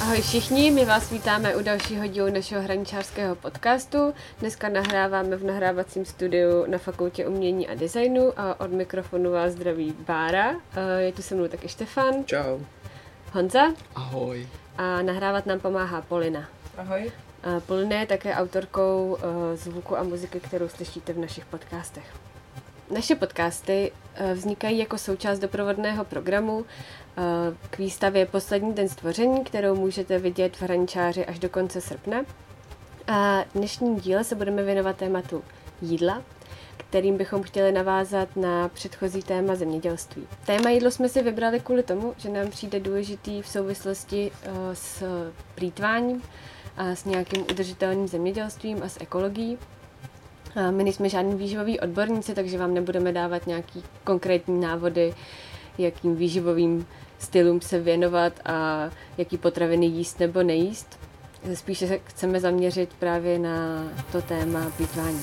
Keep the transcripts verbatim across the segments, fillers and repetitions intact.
Ahoj všichni, my vás vítáme u dalšího dílu našeho hraničářského podcastu. Dneska nahráváme v nahrávacím studiu na Fakultě umění a designu a od mikrofonu vás zdraví Bára. Je tu se mnou taky Štefan. Čau. Honza. Ahoj. A nahrávat nám pomáhá Polina. Ahoj. A Polina je také autorkou zvuku a muziky, kterou slyšíte v našich podcastech. Naše podcasty vznikají jako součást doprovodného programu k výstavě Poslední den stvoření, kterou můžete vidět v Hraničáři až do konce srpna. A dnešním díle se budeme věnovat tématu jídla, kterým bychom chtěli navázat na předchozí téma zemědělství. Téma jídlo jsme si vybrali kvůli tomu, že nám přijde důležitý v souvislosti s plýtváním a s nějakým udržitelným zemědělstvím a s ekologií. A my nejsme žádní výživoví odborníci, takže vám nebudeme dávat nějaký konkrétní návody, jakým výživovým stylům se věnovat a jaký potraviny jíst nebo nejíst. Spíše se chceme zaměřit právě na to téma plýtvání.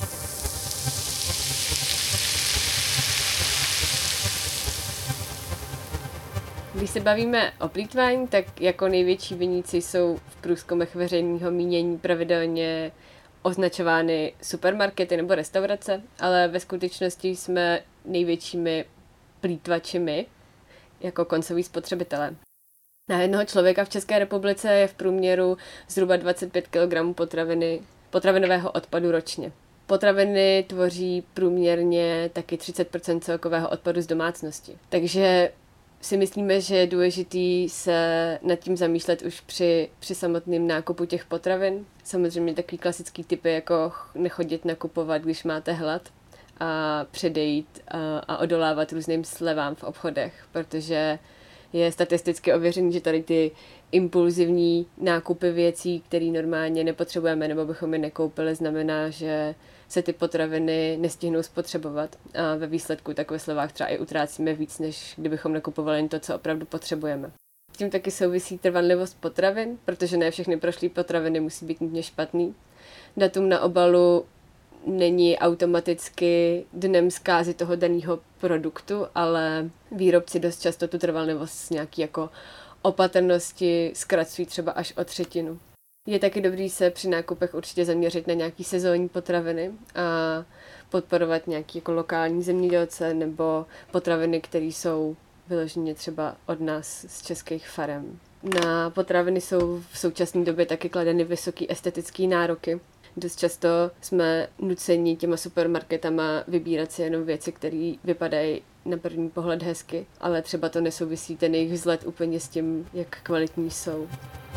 Když se bavíme o plýtvání, tak jako největší viníci jsou v průzkumech veřejného mínění pravidelně označovány supermarkety nebo restaurace, ale ve skutečnosti jsme největšími plýtvači my, jako koncoví spotřebitelé. Na jednoho člověka v České republice je v průměru zhruba dvacet pět kilogramů potraviny, potravinového odpadu ročně. Potraviny tvoří průměrně taky třicet procent celkového odpadu z domácnosti. Takže si myslíme, že je důležitý se nad tím zamýšlet už při, při samotném nákupu těch potravin. Samozřejmě takový klasický typy, jako nechodit nakupovat, když máte hlad, a předejít a, a odolávat různým slevám v obchodech, protože je statisticky ověřený, že tady ty impulzivní nákupy věcí, které normálně nepotřebujeme nebo bychom je nekoupili, znamená, že se ty potraviny nestihnou spotřebovat a ve výsledku tak ve slevách třeba i utrácíme víc, než kdybychom nakupovali jen to, co opravdu potřebujeme. S tím taky souvisí trvanlivost potravin, protože ne všechny prošlé potraviny musí být nutně špatný. Datum na obalu není automaticky dnem zkázy toho daného produktu, ale výrobci dost často tu trvanlivost s nějaký jako opatrnosti zkracují třeba až o třetinu. Je taky dobrý se při nákupech určitě zaměřit na nějaký sezónní potraviny a podporovat nějaký jako lokální zemědělce nebo potraviny, které jsou vyloženě třeba od nás z českých farem. Na potraviny jsou v současné době taky kladeny vysoký estetický nároky. Dost často jsme nuceni těma supermarketama vybírat si jenom věci, které vypadají na první pohled hezky, ale třeba to nesouvisí ten jejich vzhled úplně s tím, jak kvalitní jsou.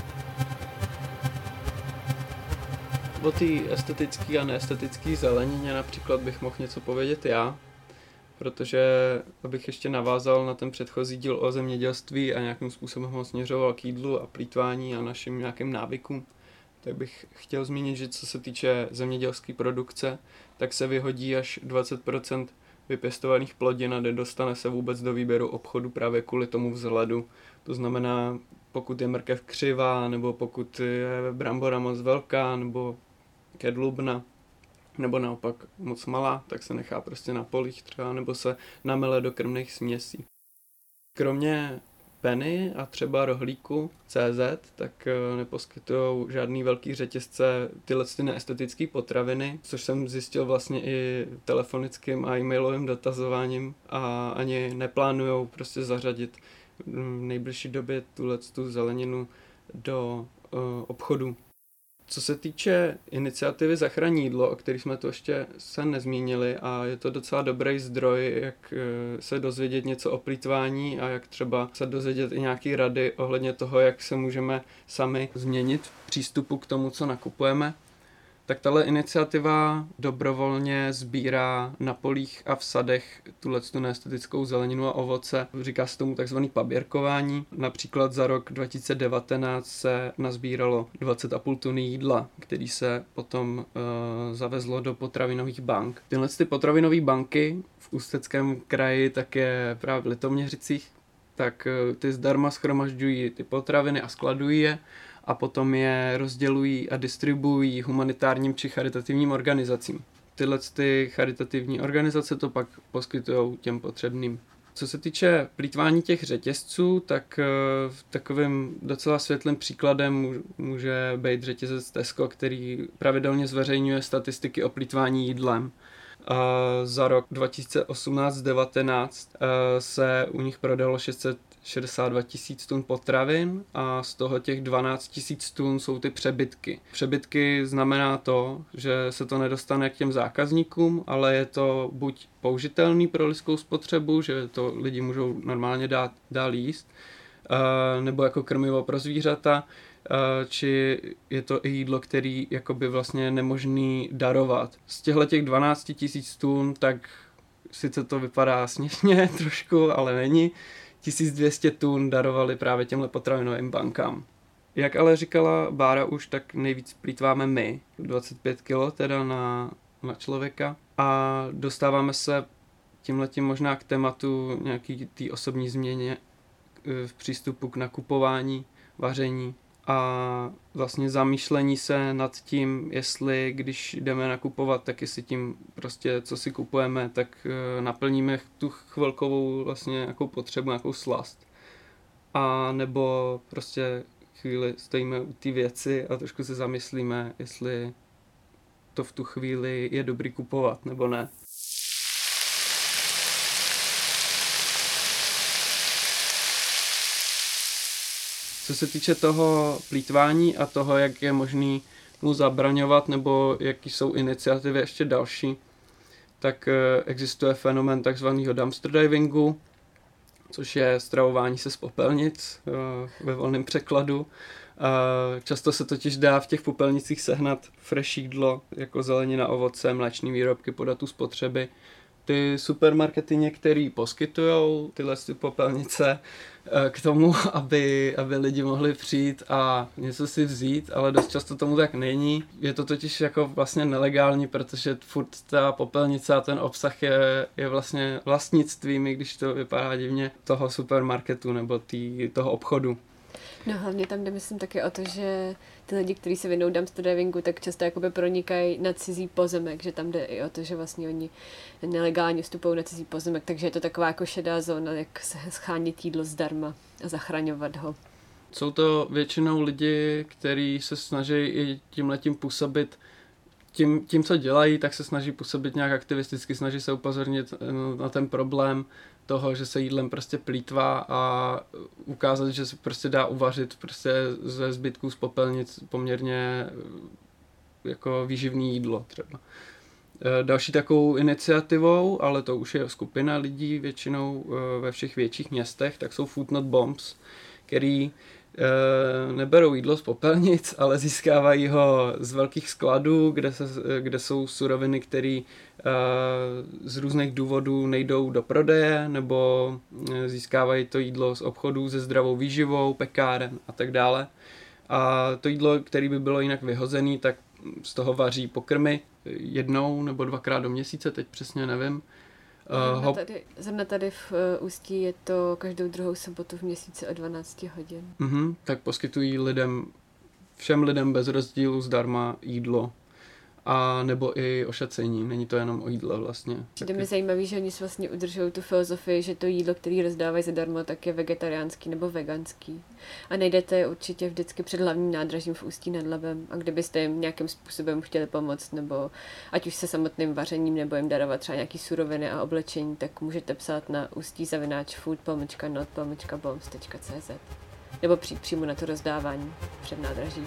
O té estetické a neestetické zelenině například bych mohl něco povědět já, protože abych ještě navázal na ten předchozí díl o zemědělství a nějakým způsobem ho směřoval k jídlu a plýtvání a našim nějakým návykům, tak bych chtěl zmínit, že co se týče zemědělské produkce, tak se vyhodí až dvacet procent vypěstovaných plodin a nedostane se vůbec do výběru obchodu právě kvůli tomu vzhledu. To znamená, pokud je mrkev křivá, nebo pokud je brambora moc velká, nebo kedlubna, nebo naopak moc malá, tak se nechá prostě na polích třeba, nebo se namele do krmných směsí. Kromě Penny a třeba rohlíku tečka cé zet, tak neposkytují žádný velký řetězce tyhle neestetické potraviny, což jsem zjistil vlastně i telefonickým a e-mailovým dotazováním a ani neplánujou prostě zařadit v nejbližší době tuhletu zeleninu do uh, obchodu. Co se týče iniciativy Zachraň jídlo, o který jsme tu ještě se nezmínili, a je to docela dobrý zdroj, jak se dozvědět něco o plýtvání a jak třeba se dozvědět i nějaké rady ohledně toho, jak se můžeme sami změnit v přístupu k tomu, co nakupujeme. Tak tahle iniciativa dobrovolně sbírá na polích a v sadech tuhletu neestetickou zeleninu a ovoce. Říká se tomu takzvaný paběrkování. Například za rok dva tisíce devatenáct se nazbíralo dvacet a půl tuny jídla, který se potom e, zavezlo do potravinových bank. Tyhle ty potravinové banky v Ústeckém kraji, také právě v Litoměřicích, tak e, ty zdarma shromažďují ty potraviny a skladují je, a potom je rozdělují a distribuují humanitárním či charitativním organizacím. Tyhle ty charitativní organizace to pak poskytují těm potřebným Co se týče plýtvání těch řetězců, tak v takovým docela světlým příkladem může být řetězec Tesco, který pravidelně zveřejňuje statistiky o plýtvání jídlem. Za rok dva tisíce osmnáct devatenáct se u nich prodalo šest set šedesát dva tisíc tun potravin a z toho těch dvanáct tisíc tun jsou ty přebytky. Přebytky znamená to, že se to nedostane k těm zákazníkům, ale je to buď použitelný pro lidskou spotřebu, že to lidi můžou normálně dát, dál jíst, nebo jako krmivo pro zvířata, či je to i jídlo, který jakoby vlastně je nemožný darovat. Z těchto těch dvanáct tisíc tun, tak sice to vypadá směšně trošku, ale není. tisíc dvě stě tun darovali právě těmhle potravinovým bankám. Jak ale říkala Bára už, tak nejvíc plýtváme my, dvacet pět kilo teda na, na člověka. A dostáváme se tímhletím možná k tématu nějaký té osobní změně v přístupu k nakupování, vaření a vlastně zamýšlení se nad tím, jestli když jdeme nakupovat, tak jestli tím prostě, co si kupujeme, tak naplníme tu chvilkovou vlastně nějakou potřebu, nějakou slast. A nebo prostě chvíli stojíme u té věci a trošku se zamyslíme, jestli to v tu chvíli je dobrý kupovat, nebo ne. Co se týče toho plýtvání a toho, jak je možný mu zabraňovat, nebo jaký jsou iniciativy ještě další, tak existuje fenomén takzvaného dumpster divingu, což je stravování se z popelnic ve volném překladu. Často se totiž dá v těch popelnicích sehnat fresh jídlo, jako zelenina, ovoce, mléčné výrobky po datu spotřeby. Ty supermarkety některý poskytujou tyhle popelnice k tomu, aby, aby lidi mohli přijít a něco si vzít, ale dost často tomu tak není. Je to totiž jako vlastně nelegální, protože furt ta popelnice a ten obsah je, je vlastně vlastnictvím, i když to vypadá divně, toho supermarketu nebo tý, toho obchodu. No hlavně tam jde, myslím, taky o to, že ty lidi, kteří se věnují dumpster divingu, tak často jakoby pronikají na cizí pozemek, že tam jde i o to, že vlastně oni nelegálně vstupují na cizí pozemek, takže je to taková jako šedá zóna, jak se schánit jídlo zdarma a zachraňovat ho. Jsou to většinou lidi, kteří se snaží i tímhletím působit, tím, tím, co dělají, tak se snaží působit nějak aktivisticky, snaží se upozornit na ten problém toho, že se jídlem prostě plýtvá a ukázat, že se prostě dá uvařit prostě ze zbytků z popelnic poměrně jako výživný jídlo třeba. Další takovou iniciativou, ale to už je skupina lidí většinou ve všech větších městech, tak jsou Food Not Bombs, který neberou jídlo z popelnic, ale získávají ho z velkých skladů, kde, se, kde jsou suroviny, které z různých důvodů nejdou do prodeje, nebo získávají to jídlo z obchodů se zdravou výživou, pekáren a tak dále. A to jídlo, které by bylo jinak vyhozené, tak z toho vaří pokrmy jednou nebo dvakrát do měsíce, teď přesně nevím. Zrovna tady, zrovna tady v uh, Ústí je to každou druhou sobotu v měsíci o dvanáct hodin. Mm-hmm, tak poskytují lidem, všem lidem bez rozdílu zdarma jídlo a nebo i ošacení. Není to jenom o jídle vlastně. Přijde mi zajímavý, že oni si vlastně udržují tu filozofii, že to jídlo, které rozdávají zadarmo, tak je vegetariánský nebo veganský. A najdete je určitě vždycky před hlavním nádražím v Ústí nad Labem. A kdybyste jim nějakým způsobem chtěli pomoct, nebo ať už se samotným vařením, nebo jim darovat třeba nějaký suroviny a oblečení, tak můžete psát na ústí zavináč food pomlčka not pomlčka bombs tečka cé zet. Nebo přijít přímo na to rozdávání před nádraží.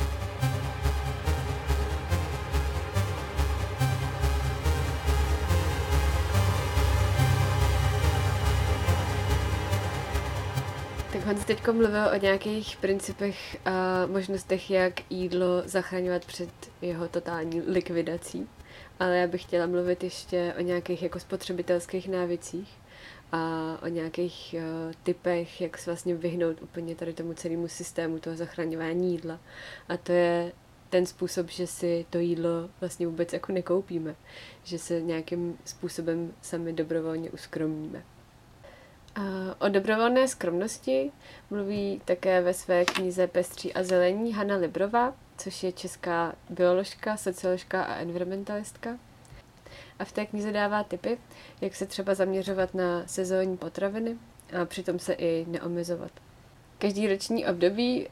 Tak Honza teďko mluvil o nějakých principech a možnostech, jak jídlo zachraňovat před jeho totální likvidací. Ale já bych chtěla mluvit ještě o nějakých jako spotřebitelských návycích a o nějakých uh, typech, jak se vlastně vyhnout úplně tady tomu celému systému toho zachraňování jídla. A to je ten způsob, že si to jídlo vlastně vůbec jako nekoupíme. Že se nějakým způsobem sami dobrovolně uskromníme. O dobrovolné skromnosti mluví také ve své knize Pestří a zelení Hana Librová, což je česká bioložka, socioložka a environmentalistka. a v té knize dává tipy, jak se třeba zaměřovat na sezónní potraviny a přitom se i neomezovat. Každý roční období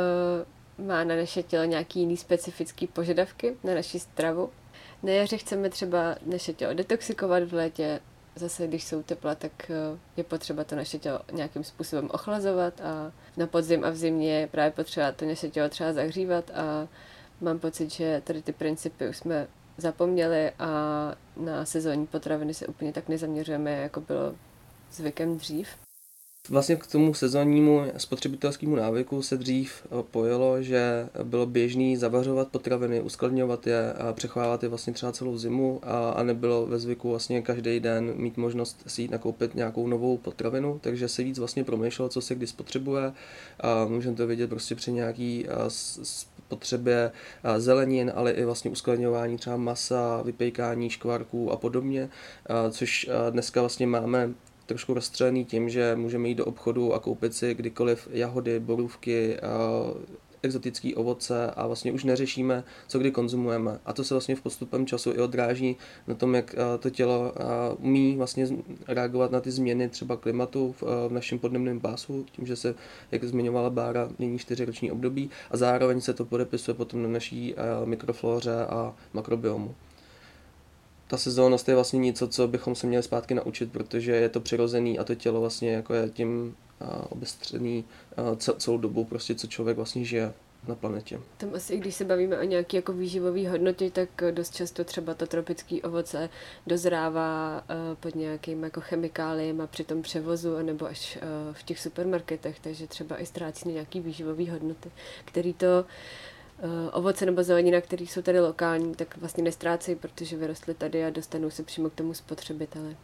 uh, má na naše tělo nějaký jiný specifický požadavky na naši stravu. Na jaře chceme třeba naše tělo detoxikovat, v létě zase, když jsou tepla, tak uh, je potřeba to naše tělo nějakým způsobem ochlazovat a na podzim a v zimě je právě potřeba to naše tělo třeba zahřívat a mám pocit, že tady ty principy už jsme zapomněli a na sezónní potraviny se úplně tak nezaměřujeme, jako bylo zvykem dřív. Vlastně k tomu sezónnímu spotřebitelskému návyku se dřív pojelo, že bylo běžné zavařovat potraviny, uskladňovat je a přechovávat je vlastně třeba celou zimu a, a nebylo ve zvyku vlastně každý den mít možnost si jít nakoupit nějakou novou potravinu, takže se víc vlastně promýšlelo, co se kdy spotřebuje a můžeme to vidět prostě při nějaký spotřebě zelenin, ale i vlastně uskladňování třeba masa, vypékání škvárků a podobně, což dneska vlastně máme trošku rozstřelený tím, že můžeme jít do obchodu a koupit si kdykoliv jahody, borůvky, exotické ovoce a vlastně už neřešíme, co kdy konzumujeme. A to se vlastně v postupem času i odráží na tom, jak to tělo umí vlastně reagovat na ty změny třeba klimatu v našem podnebném pásu, tím, že se, jak zmiňovala Bára, mění čtyřiroční období a zároveň se to podepisuje potom na naší mikroflóře a makrobiomu. Ta sezónnost je vlastně něco, co bychom se měli zpátky naučit, protože je to přirozený a to tělo vlastně jako je tím obestřený celou dobu, prostě co člověk vlastně žije na planetě. Tam asi, když se bavíme o nějaké jako výživové hodnoty, tak dost často třeba to tropické ovoce dozrává pod nějakým jako chemikáliem a při tom převozu, nebo až v těch supermarketech, takže třeba i ztrácí nějaké výživové hodnoty, který to ovoce nebo zelenina, které jsou tady lokální, tak vlastně nestrácejí, protože vyrostly tady a dostanou se přímo k tomu spotřebiteli.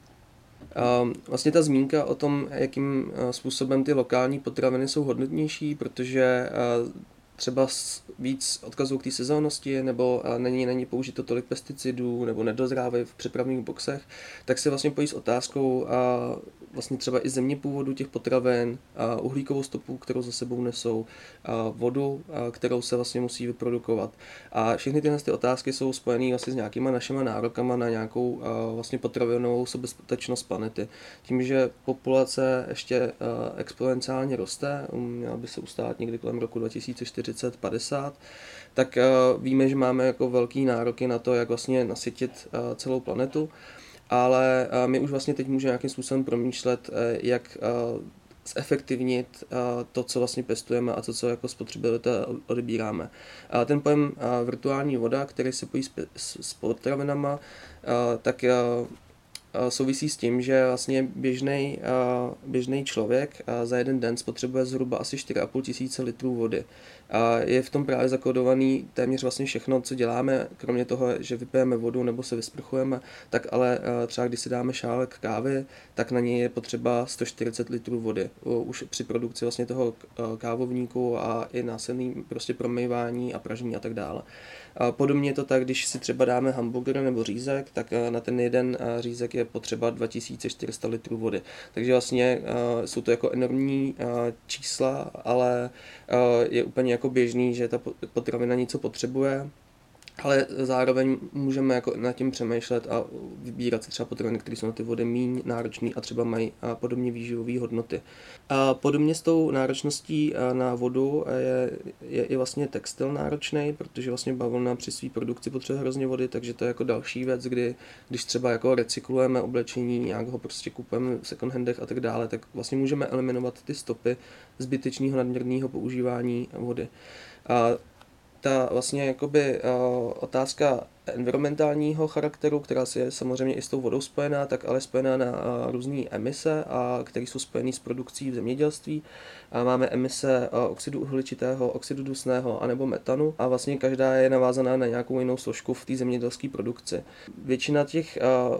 Vlastně ta zmínka o tom, jakým způsobem ty lokální potraviny jsou hodnotnější, protože třeba víc odkazů k té sezónnosti, nebo není na ní použito tolik pesticidů, nebo nedozrávají v přepravních boxech, tak se vlastně pojí s otázkou a vlastně třeba i země původu těch potravin, a uhlíkovou stopu, kterou za sebou nesou, a vodu, a kterou se vlastně musí vyprodukovat. A všechny tyhle ty otázky jsou spojené vlastně s nějakýma našima nárokama na nějakou vlastně potravinovou soběstačnost planety. Tím, že populace ještě exponenciálně roste, měla by se ustát někdy kolem roku dva tisíce čtyřicet padesát, tak víme, že máme jako velký nároky na to, jak vlastně nasytit celou planetu. Ale my už vlastně teď můžeme nějakým způsobem promýšlet, jak zefektivnit to, co vlastně pěstujeme a to, co jako spotřebitelé odebíráme. Ten pojem virtuální voda, který se pojí s potravinama, tak souvisí s tím, že vlastně běžný, běžný člověk za jeden den spotřebuje zhruba asi čtyři a půl tisíce litrů vody. Je v tom právě zakódovaný téměř vlastně všechno, co děláme, kromě toho, že vypijeme vodu nebo se vysprchujeme, tak ale třeba když si dáme šálek kávy, tak na něj je potřeba sto čtyřicet litrů vody. Už při produkci vlastně toho kávovníku a i následný prostě promývání a pražení a tak dále. Podobně je to tak, když si třeba dáme hamburger nebo řízek, tak na ten jeden řízek je potřeba dva tisíce čtyři sta litrů vody. Takže vlastně jsou to jako enormní čísla, ale je úplně jako běžný, že ta potravina něco potřebuje, ale zároveň můžeme jako nad tím přemýšlet a vybírat si třeba potraviny, které jsou na ty vody míň náročné a třeba mají podobně výživové hodnoty. A podobně s tou náročností na vodu je, je i vlastně textil náročný, protože vlastně bavlna při své produkci potřebuje hrozně vody, takže to je jako další věc, kdy když třeba jako recyklujeme oblečení, nějak ho prostě kupujeme v second handech a tak dále, tak vlastně můžeme eliminovat ty stopy zbytečného nadměrného používání vody. A ta vlastně jakoby uh, otázka environmentálního charakteru, která si je samozřejmě i s tou vodou spojená, tak ale spojená na uh, různé emise, a které jsou spojené s produkcí v zemědělství. A máme emise uh, oxidu uhličitého, oxidu dusného anebo metanu a vlastně každá je navázaná na nějakou jinou složku v té zemědělské produkci. Většina těch uh,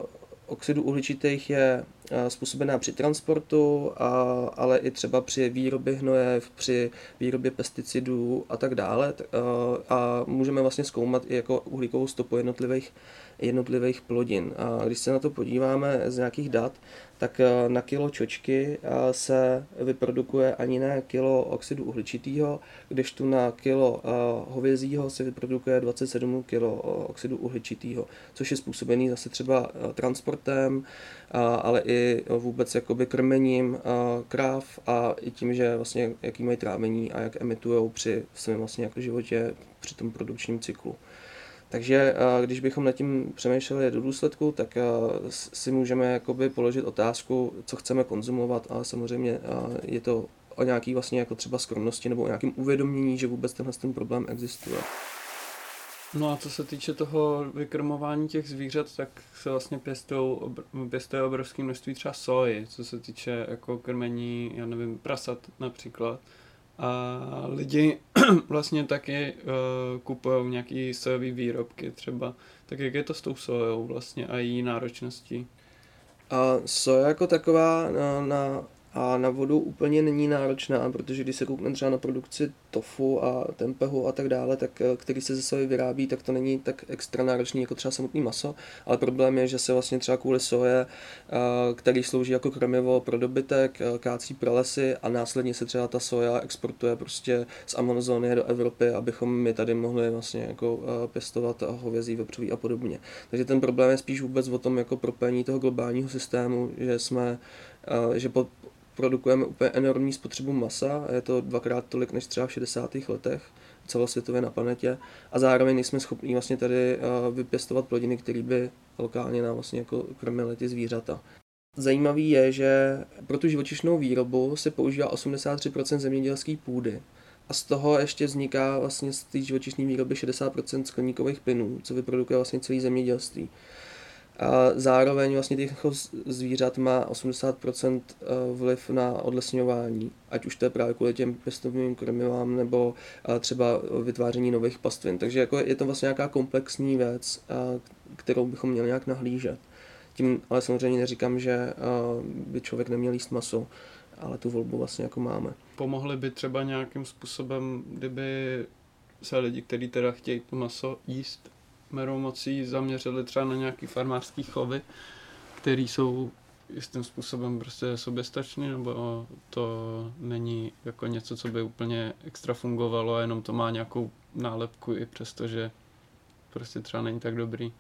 oxidů uhličitých je způsobená při transportu, a, ale i třeba při výrobě hnojev, při výrobě pesticidů a tak dále. A, a můžeme vlastně zkoumat i jako uhlíkovou stopu jednotlivých, jednotlivých plodin. A když se na to podíváme z nějakých dat, tak na kilo čočky se vyprodukuje ani ne kilo oxidu uhličitého, kdežto na kilo hovězího se vyprodukuje dvacet sedm kilo oxidu uhličitého, což je způsobený zase třeba transportem, ale i vůbec jakoby krmením kráv a i tím, že vlastně jaký mají trávení a jak emitujou při svém vlastně jako životě při tom produkčním cyklu. Takže když bychom nad tím přemýšleli do důsledku, tak si můžeme jakoby položit otázku, co chceme konzumovat, ale samozřejmě je to o nějaký vlastně jako třeba skromnosti nebo o nějakém uvědomění, že vůbec tenhle ten problém existuje. No a co se týče toho vykrmování těch zvířat, tak se vlastně pěstuje, pěstuje obrovské množství třeba soji, co se týče jako krmení, já nevím, prasat například. A lidi vlastně taky uh, kupují nějaký sojové výrobky třeba. Tak jak je to s tou sojou vlastně a její náročností? A soja jako taková na, na, a na vodu úplně není náročná, protože když se koukneme třeba na produkci tofu a tempehu a tak dále, tak, který se ze soji vyrábí, tak to není tak extra náročný jako třeba samotný maso, ale problém je, že se vlastně třeba kvůli soje, který slouží jako krmivo pro dobytek, kácí pralesy a následně se třeba ta soja exportuje prostě z Amazonie do Evropy, abychom my tady mohli vlastně jako pěstovat hovězí, vepřový a podobně. Takže ten problém je spíš vůbec o tom jako propojení toho globálního systému, že jsme, že pod produkujeme úplně enormní spotřebu masa, je to dvakrát tolik než třeba v šedesátých letech celosvětově na planetě a zároveň nejsme schopni vlastně tady vypěstovat plodiny, které by lokálně nám vlastně jako krmily ty zvířata. Zajímavý je, že pro tu živočišnou výrobu se používá osmdesát tři procent zemědělské půdy a z toho ještě vzniká vlastně z té živočišné výroby šedesát procent skleníkových plynů, co vyprodukuje vlastně celé zemědělství. A zároveň vlastně těch zvířat má osmdesát procent vliv na odlesňování, ať už to je právě kvůli těm pěstovým krmivám nebo třeba vytváření nových pastvin. Takže jako je to vlastně nějaká komplexní věc, kterou bychom měli nějak nahlížet. Tím ale samozřejmě neříkám, že by člověk neměl jíst maso, ale tu volbu vlastně jako máme. Pomohli by třeba nějakým způsobem, kdyby se lidi, kteří teda chtějí to maso jíst, merou mocí zaměřili třeba na nějaký farmářský chovy, který jsou jistým způsobem prostě soběstačný, nebo to není jako něco, co by úplně extra fungovalo a jenom to má nějakou nálepku i přesto, že prostě třeba není tak dobrý.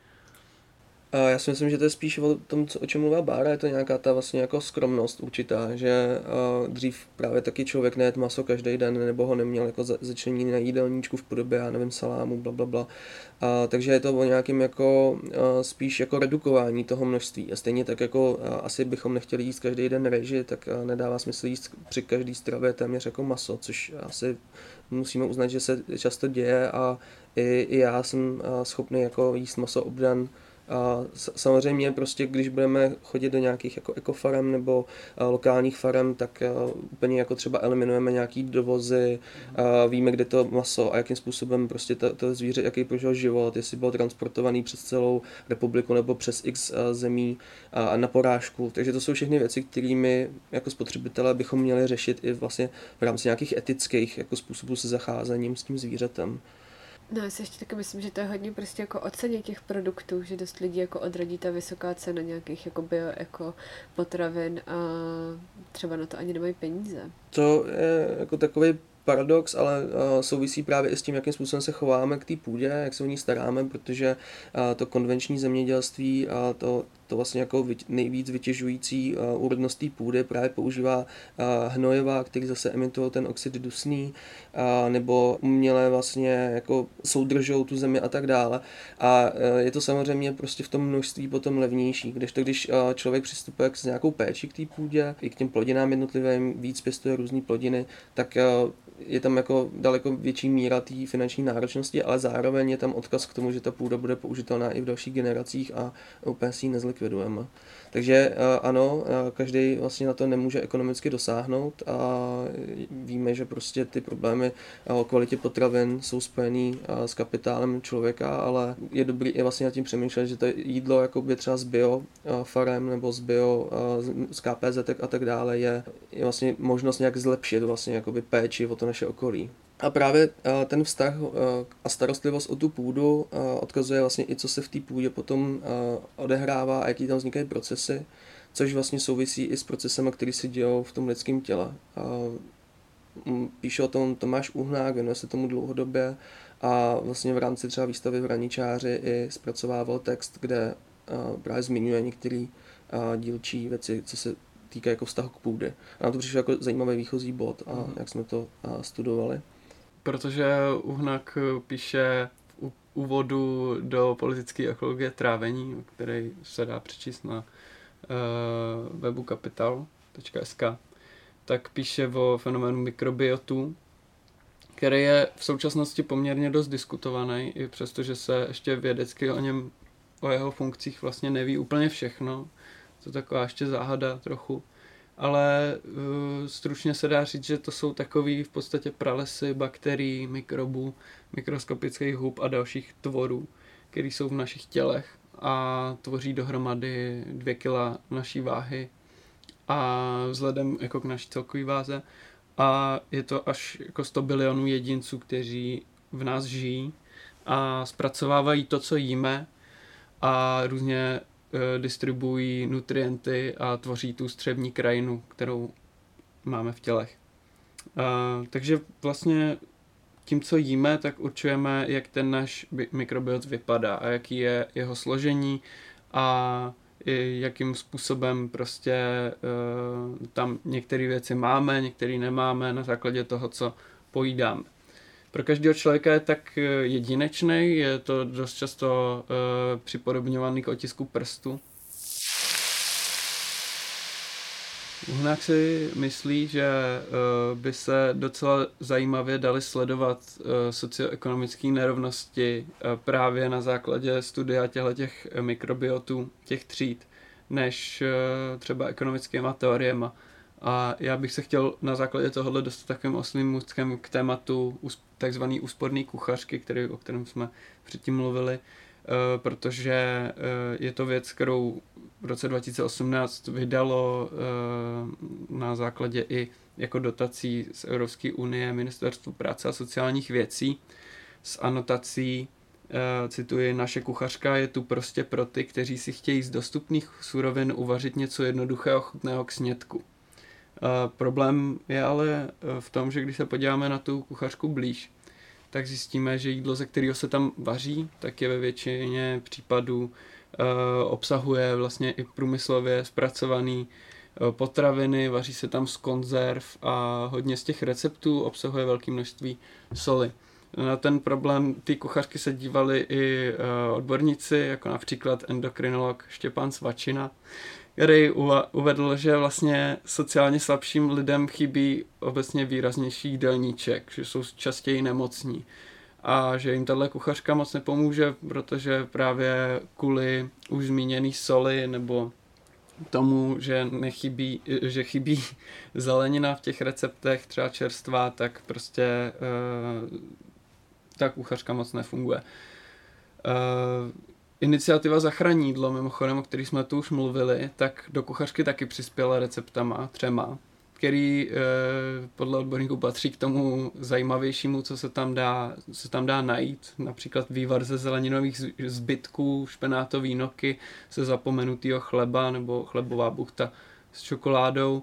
Já si myslím, že to je spíš o tom, o čem mluvila Bára, je to nějaká ta vlastně jako skromnost určitá, že dřív právě taky člověk nejet maso každý den, nebo ho neměl jako začleněný na jídelníčku v podobě, já nevím, salámu, blablabla. A, takže je to o nějakým jako spíš jako redukování toho množství. A stejně tak jako asi bychom nechtěli jíst každý den rejži, tak nedává smysl jíst při každý stravě téměř jako maso, což asi musíme uznat, že se často děje a i, i já jsem schopný jako jíst maso obdan. A samozřejmě prostě, když budeme chodit do nějakých jako ekofarem nebo a, lokálních farem, tak a, úplně jako třeba eliminujeme nějaký dovozy, a, víme, kde to maso a jakým způsobem prostě to, to zvíře, jaký prožil život, jestli bylo transportovaný přes celou republiku nebo přes x a, zemí a, a na porážku. Takže to jsou všechny věci, kterými jako spotřebitelé bychom měli řešit i vlastně v rámci nějakých etických jako způsobů se zacházením s tím zvířetem. No, já si ještě taky myslím, že to je hodně prostě jako o ceně těch produktů, že dost lidí jako odradí ta vysoká cena nějakých jako bio, jako potravin a třeba na to ani nemají peníze. To je jako takový paradox, ale uh, souvisí právě i s tím, jakým způsobem se chováme k té půdě, jak se o ní staráme, protože uh, to konvenční zemědělství a to, to vlastně jako nejvíc vytěžující uh, úrodnost té půdy právě používá uh, hnojiva, který zase emitují ten oxid dusný, uh, nebo uměle vlastně jako soudržou tu zemi a tak dále. A uh, je to samozřejmě prostě v tom množství potom levnější, kdežto když uh, člověk přistupuje s nějakou péčí k té půdě, i k těm plodinám jednotlivým, víc pěstuje různý plodiny, tak uh, je tam jako daleko větší míra té finanční náročnosti, ale zároveň je tam odkaz k tomu, že ta půda bude použitelná i v dalších generacích a úplně si ji nezlikvidujeme. Takže ano, každý vlastně na to nemůže ekonomicky dosáhnout a víme, že prostě ty problémy o kvalitě potravin jsou spojený s kapitálem člověka, ale je dobrý i vlastně nad tím přemýšlet, že to jídlo jakoby třeba z bio farem nebo z bio, z K P Z a tak dále je, je vlastně možnost nějak zlepšit vlastně jakoby péči o to naše okolí. A právě ten vztah a starostlivost o tu půdu odkazuje vlastně i co se v té půdě potom odehrává a jaký tam vznikají procesy, což vlastně souvisí i s procesem, který se dějou v tom lidském těle. Píše o tom Tomáš Uhnák, věnuje se tomu dlouhodobě a vlastně v rámci třeba výstavy v Raničáři i zpracovával text, kde právě zmiňuje některé dílčí věci, co se týká jako vztahu k půdě. A nám to přišlo jako zajímavý výchozí bod a jak jsme to studovali. Protože Uhnák píše v úvodu do politické ekologie trávení, který se dá přečíst na uh, webu kapital tečka es ká, tak píše o fenoménu mikrobiotu, který je v současnosti poměrně dost diskutovaný, i přesto, že se ještě vědecky o něm, o jeho funkcích vlastně neví úplně všechno. To je taková ještě záhada trochu. Ale uh, stručně se dá říct, že to jsou takový v podstatě pralesy bakterií, mikrobů, mikroskopických hub a dalších tvorů, které jsou v našich tělech a tvoří dohromady dvě kila naší váhy a vzhledem jako k naší celkové váze. A je to až jako sto bilionů jedinců, kteří v nás žijí a zpracovávají to, co jíme a různě distribuují nutrienty a tvoří tu střevní krajinu, kterou máme v tělech. Uh, takže vlastně tím, co jíme, tak určujeme, jak ten náš mikrobiot vypadá a jaký je jeho složení a jakým způsobem prostě uh, tam některé věci máme, některé nemáme na základě toho, co pojídáme. Pro každého člověka je tak jedinečný, je to dost často uh, připodobňovaný k otisku prstu. Uhnák si myslí, že uh, by se docela zajímavě dali sledovat uh, socioekonomické nerovnosti uh, právě na základě studia těch mikrobiotů, těch tříd, než uh, třeba ekonomickýma teoriema. A já bych se chtěl na základě tohohle dostat takovým oslým můstkem k tématu takzvaný úsporný kuchařky, který, o kterém jsme předtím mluvili, uh, protože uh, je to věc, kterou v roce dva tisíce osmnáct vydalo uh, na základě i jako dotací z Evropské unie Ministerstvo práce a sociálních věcí s anotací, uh, cituji, naše kuchařka je tu prostě pro ty, kteří si chtějí z dostupných surovin uvařit něco jednoduchého, chutného k snědku. Uh, problém je ale v tom, že když se podíváme na tu kuchařku blíž, tak zjistíme, že jídlo, ze kterého se tam vaří, tak je ve většině případů uh, obsahuje vlastně i průmyslově zpracované uh, potraviny, vaří se tam z konzerv a hodně z těch receptů obsahuje velké množství soli. Na ten problém ty kuchařky se dívali i uh, odborníci, jako například endokrinolog Štěpán Svačina, který uvedl, že vlastně sociálně slabším lidem chybí obecně výraznější jídelníček, že jsou častěji nemocní a že jim tahle kuchařka moc nepomůže, protože právě kvůli už zmíněný soli nebo tomu, že nechybí, že chybí zelenina v těch receptech, třeba čerstvá, tak prostě uh, ta kuchařka moc nefunguje. Uh, Iniciativa Zachraň jídlo, mimochodem, o který jsme tu už mluvili, tak do kuchařky taky přispěla receptama, třema, který e, podle odborníků patří k tomu zajímavějšímu, co se tam dá, co se tam dá najít. Například vývar ze zeleninových zbytků, špenátový noky ze zapomenutého chleba nebo chlebová buchta s čokoládou.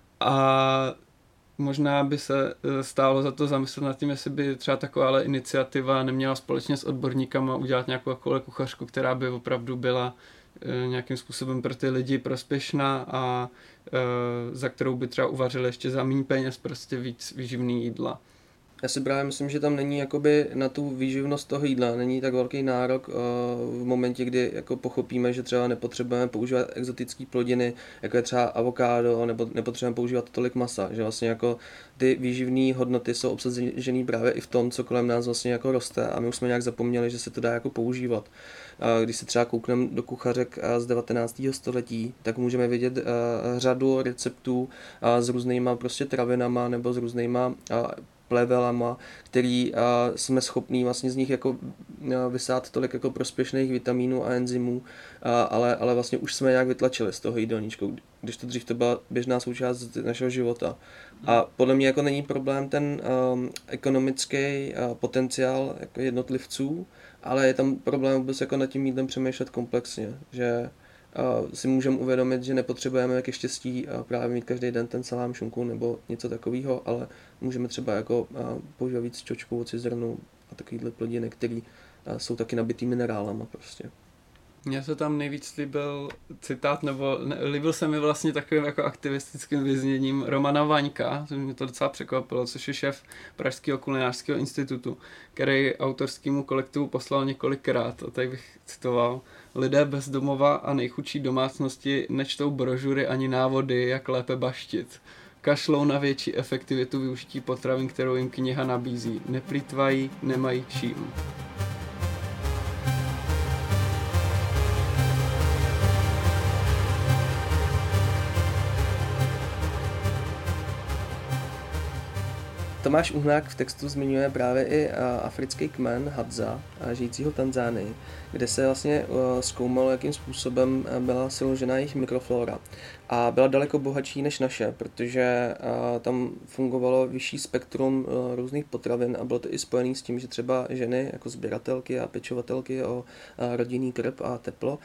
A možná by se stálo za to zamyslet nad tím, jestli by třeba taková iniciativa neměla společně s odborníkama udělat nějakou takovou kuchařku, která by opravdu byla e, nějakým způsobem pro ty lidi prospěšná a e, za kterou by třeba uvařili ještě za méně peněz prostě víc výživný jídla. Já si právě myslím, že tam není jakoby na tu výživnost toho jídla, není tak velký nárok uh, v momentě, kdy jako pochopíme, že třeba nepotřebujeme používat exotické plodiny, jako je třeba avokádo, nebo nepotřebujeme používat tolik masa, že vlastně jako ty výživné hodnoty jsou obsažené právě i v tom, co kolem nás vlastně jako roste a my už jsme nějak zapomněli, že se to dá jako používat. Uh, když se třeba koukneme do kuchařek uh, z devatenáctého století, tak můžeme vidět uh, řadu receptů uh, s různýma prostě travinama nebo s různýma uh, plevelama, který uh, jsme schopní vlastně z nich jako uh, vysát tolik jako prospěšných vitamínů a enzymů, uh, ale, ale vlastně už jsme nějak vytlačili z toho jídelníčku, když to dřív to byla běžná součást našeho života. A podle mě jako není problém ten um, ekonomický uh, potenciál jako jednotlivců, ale je tam problém vůbec jako nad tím jídlem přemýšlet komplexně, že uh, si můžeme uvědomit, že nepotřebujeme ke štěstí uh, právě mít každý den ten salám, šunku nebo něco takového, ale můžeme třeba jako uh, používat víc čočku, oci, zrnu a takovýhle plodiny, které uh, jsou taky nabitý minerálama prostě. Mně se tam nejvíc líbil citát, nebo ne, líbil se mi vlastně takovým jako aktivistickým vyzněním Romana Vaňka, to mě to docela překvapilo, což je šéf Pražského kulinářského institutu, který autorskému kolektivu poslal několikrát, a tady bych citoval: lidé bez domova a nejchudší domácnosti nečtou brožury ani návody, jak lépe baštit. Kašlou na větší efektivitu využití potravin, kterou jim kniha nabízí. Neplýtvají, nemají čím. Tomáš Uhnák v textu zmiňuje právě i africký kmen Hadza, žijícího v Tanzánii, kde se vlastně zkoumalo, jakým způsobem byla složena jejich mikroflora. A byla daleko bohatší než naše, protože tam fungovalo vyšší spektrum různých potravin a bylo to i spojené s tím, že třeba ženy jako sběratelky a pečovatelky o rodinný krb a teplo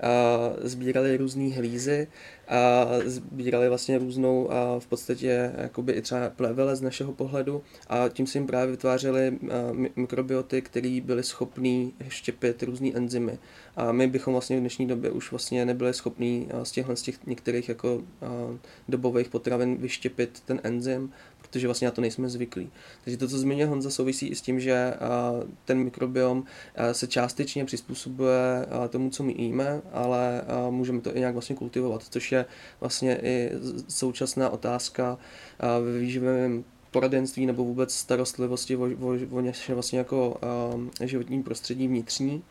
sbíraly různé hlízy a sbírali vlastně různou a v podstatě jakoby i třeba plevele z našeho pohledu a tím se jim právě vytvářely mikrobioty, které byly schopné štěpit různý enzymy. A my bychom vlastně v dnešní době už vlastně nebyli schopní z těchhle z těch některých jako dobových potravin vyštěpit ten enzym, protože vlastně na to nejsme zvyklí. Takže to, co zmiňuje Honza, souvisí i s tím, že ten mikrobiom se částečně přizpůsobuje tomu, co my jíme, ale můžeme to i nějak vlastně kultivovat, což je vlastně i současná otázka ve výživovém poradenství nebo vůbec starostlivosti o, o, o naše vlastně jako životní prostředí vnitřní.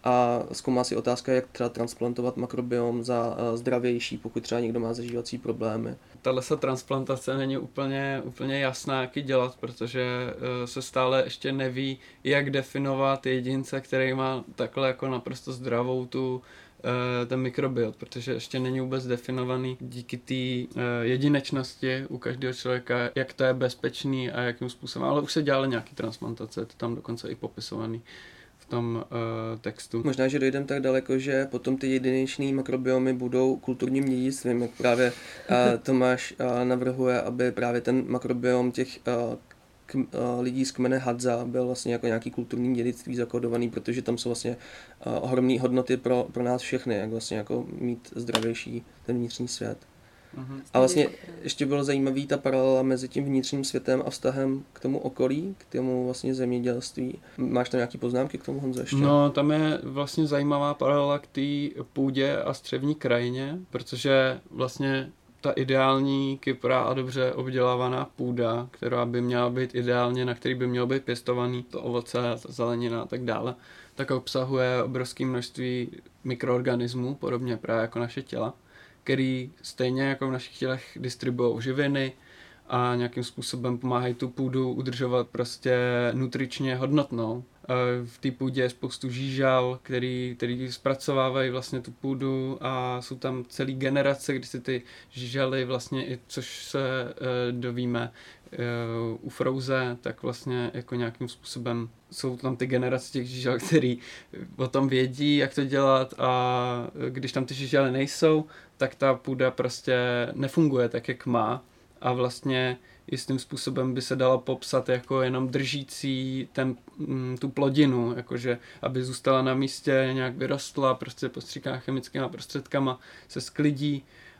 A zkoumá si otázka, jak třeba transplantovat makrobiom za zdravější, pokud třeba někdo má zažívací problémy. Tahle se transplantace není úplně, úplně jasná, jak ji dělat, protože se stále ještě neví, jak definovat jedince, který má takhle jako naprosto zdravou tu ten mikrobiot, protože ještě není vůbec definovaný díky té jedinečnosti u každého člověka, jak to je bezpečný a jakým způsobem, ale už se dělaly nějaký transplantace, to tam dokonce i popisovaný v tom uh, textu. Možná, že dojdeme tak daleko, že potom ty jedinečné makrobiomy budou kulturním dědictvím, jak právě uh, Tomáš uh, navrhuje, aby právě ten makrobiom těch uh, k, uh, lidí z kmene Hadza byl vlastně jako nějaký kulturní dědictví zakodovaný, protože tam jsou vlastně uh, ohromné hodnoty pro, pro nás všechny, jak vlastně jako mít zdravější ten vnitřní svět. Uh-huh. A vlastně ještě bylo zajímavý ta paralela mezi tím vnitřním světem a vztahem k tomu okolí, k tomu vlastně zemědělství. Máš tam nějaký poznámky k tomu, Honzo, ještě? No, tam je vlastně zajímavá paralela k té půdě a střevní krajině, protože vlastně ta ideální, kyprá a dobře obdělávaná půda, která by měla být ideálně, na který by mělo být pěstovaný to ovoce, ta zelenina a tak dále, tak obsahuje obrovské množství mikroorganismů, podobně právě jako naše těla, který stejně jako v našich tělech distribuují živiny a nějakým způsobem pomáhají tu půdu udržovat prostě nutričně hodnotnou. V té půdě je spoustu žížal, který, který zpracovávají vlastně tu půdu a jsou tam celý generace, kdy si ty žížaly vlastně, i což se e, dovíme e, u Frouze, tak vlastně jako nějakým způsobem jsou tam ty generace těch žížal, který o tom vědí, jak to dělat a když tam ty žížaly nejsou, tak ta půda prostě nefunguje tak, jak má a vlastně jistým způsobem by se dalo popsat jako jenom držící ten, tu plodinu, jakože aby zůstala na místě, nějak vyrostla, prostě postříká chemickými prostředkama, se sklidí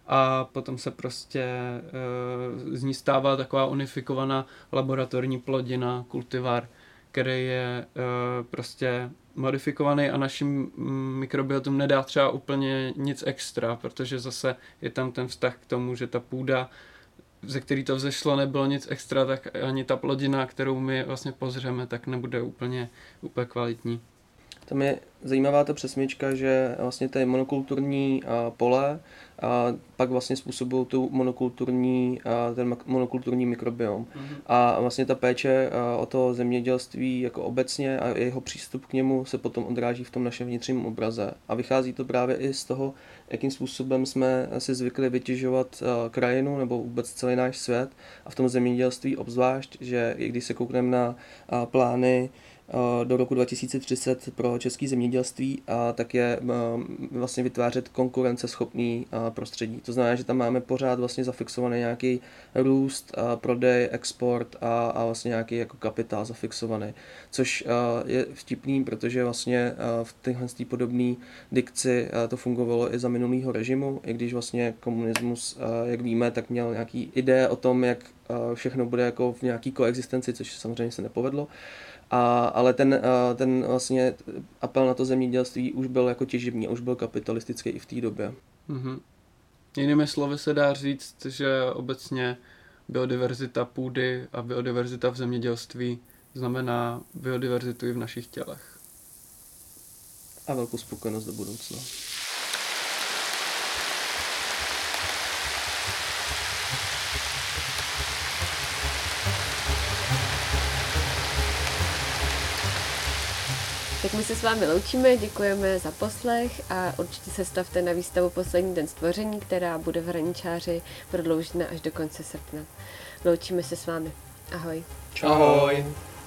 a potom se prostě uh, z ní stává taková unifikovaná laboratorní plodina, kultivar, který je uh, prostě modifikovaný a našim mikrobiotům nedá třeba úplně nic extra, protože zase je tam ten vztah k tomu, že ta půda, ze který to vzešlo, nebylo nic extra, tak ani ta plodina, kterou my vlastně pozřeme, tak nebude úplně, úplně kvalitní. Tam je zajímavá ta přesmička, že vlastně ty monokulturní pole a pak vlastně způsobují tu monokulturní, ten monokulturní mikrobiom. Mm-hmm. A vlastně ta péče o to zemědělství jako obecně a jeho přístup k němu se potom odráží v tom našem vnitřním obraze. A vychází to právě i z toho, jakým způsobem jsme si zvykli vytěžovat krajinu nebo vůbec celý náš svět a v tom zemědělství obzvlášť, že i když se koukneme na plány do roku dva tisíce třicet pro české zemědělství, a tak je vlastně vytvářet konkurenceschopný prostředí. To znamená, že tam máme pořád vlastně zafixovaný nějaký růst, prodej, export a, a vlastně nějaký jako kapitál zafixovaný. Což je vtipný, protože vlastně v téhle podobné dikci to fungovalo i za minulého režimu, i když vlastně komunismus, jak víme, tak měl nějaký ideje o tom, jak všechno bude jako v nějaký koexistenci, což samozřejmě se nepovedlo. A, ale ten, ten vlastně apel na to zemědělství už byl jako těžební, už byl kapitalistický i v té době. Mm-hmm. Jinými slovy se dá říct, že obecně biodiverzita půdy a biodiverzita v zemědělství znamená biodiverzitu i v našich tělech. A velkou spokojenost do budoucna. Tak my se s vámi loučíme, děkujeme za poslech a určitě se stavte na výstavu Poslední den stvoření, která bude v Hraničáři prodloužena až do konce srpna. Loučíme se s vámi. Ahoj. Ahoj.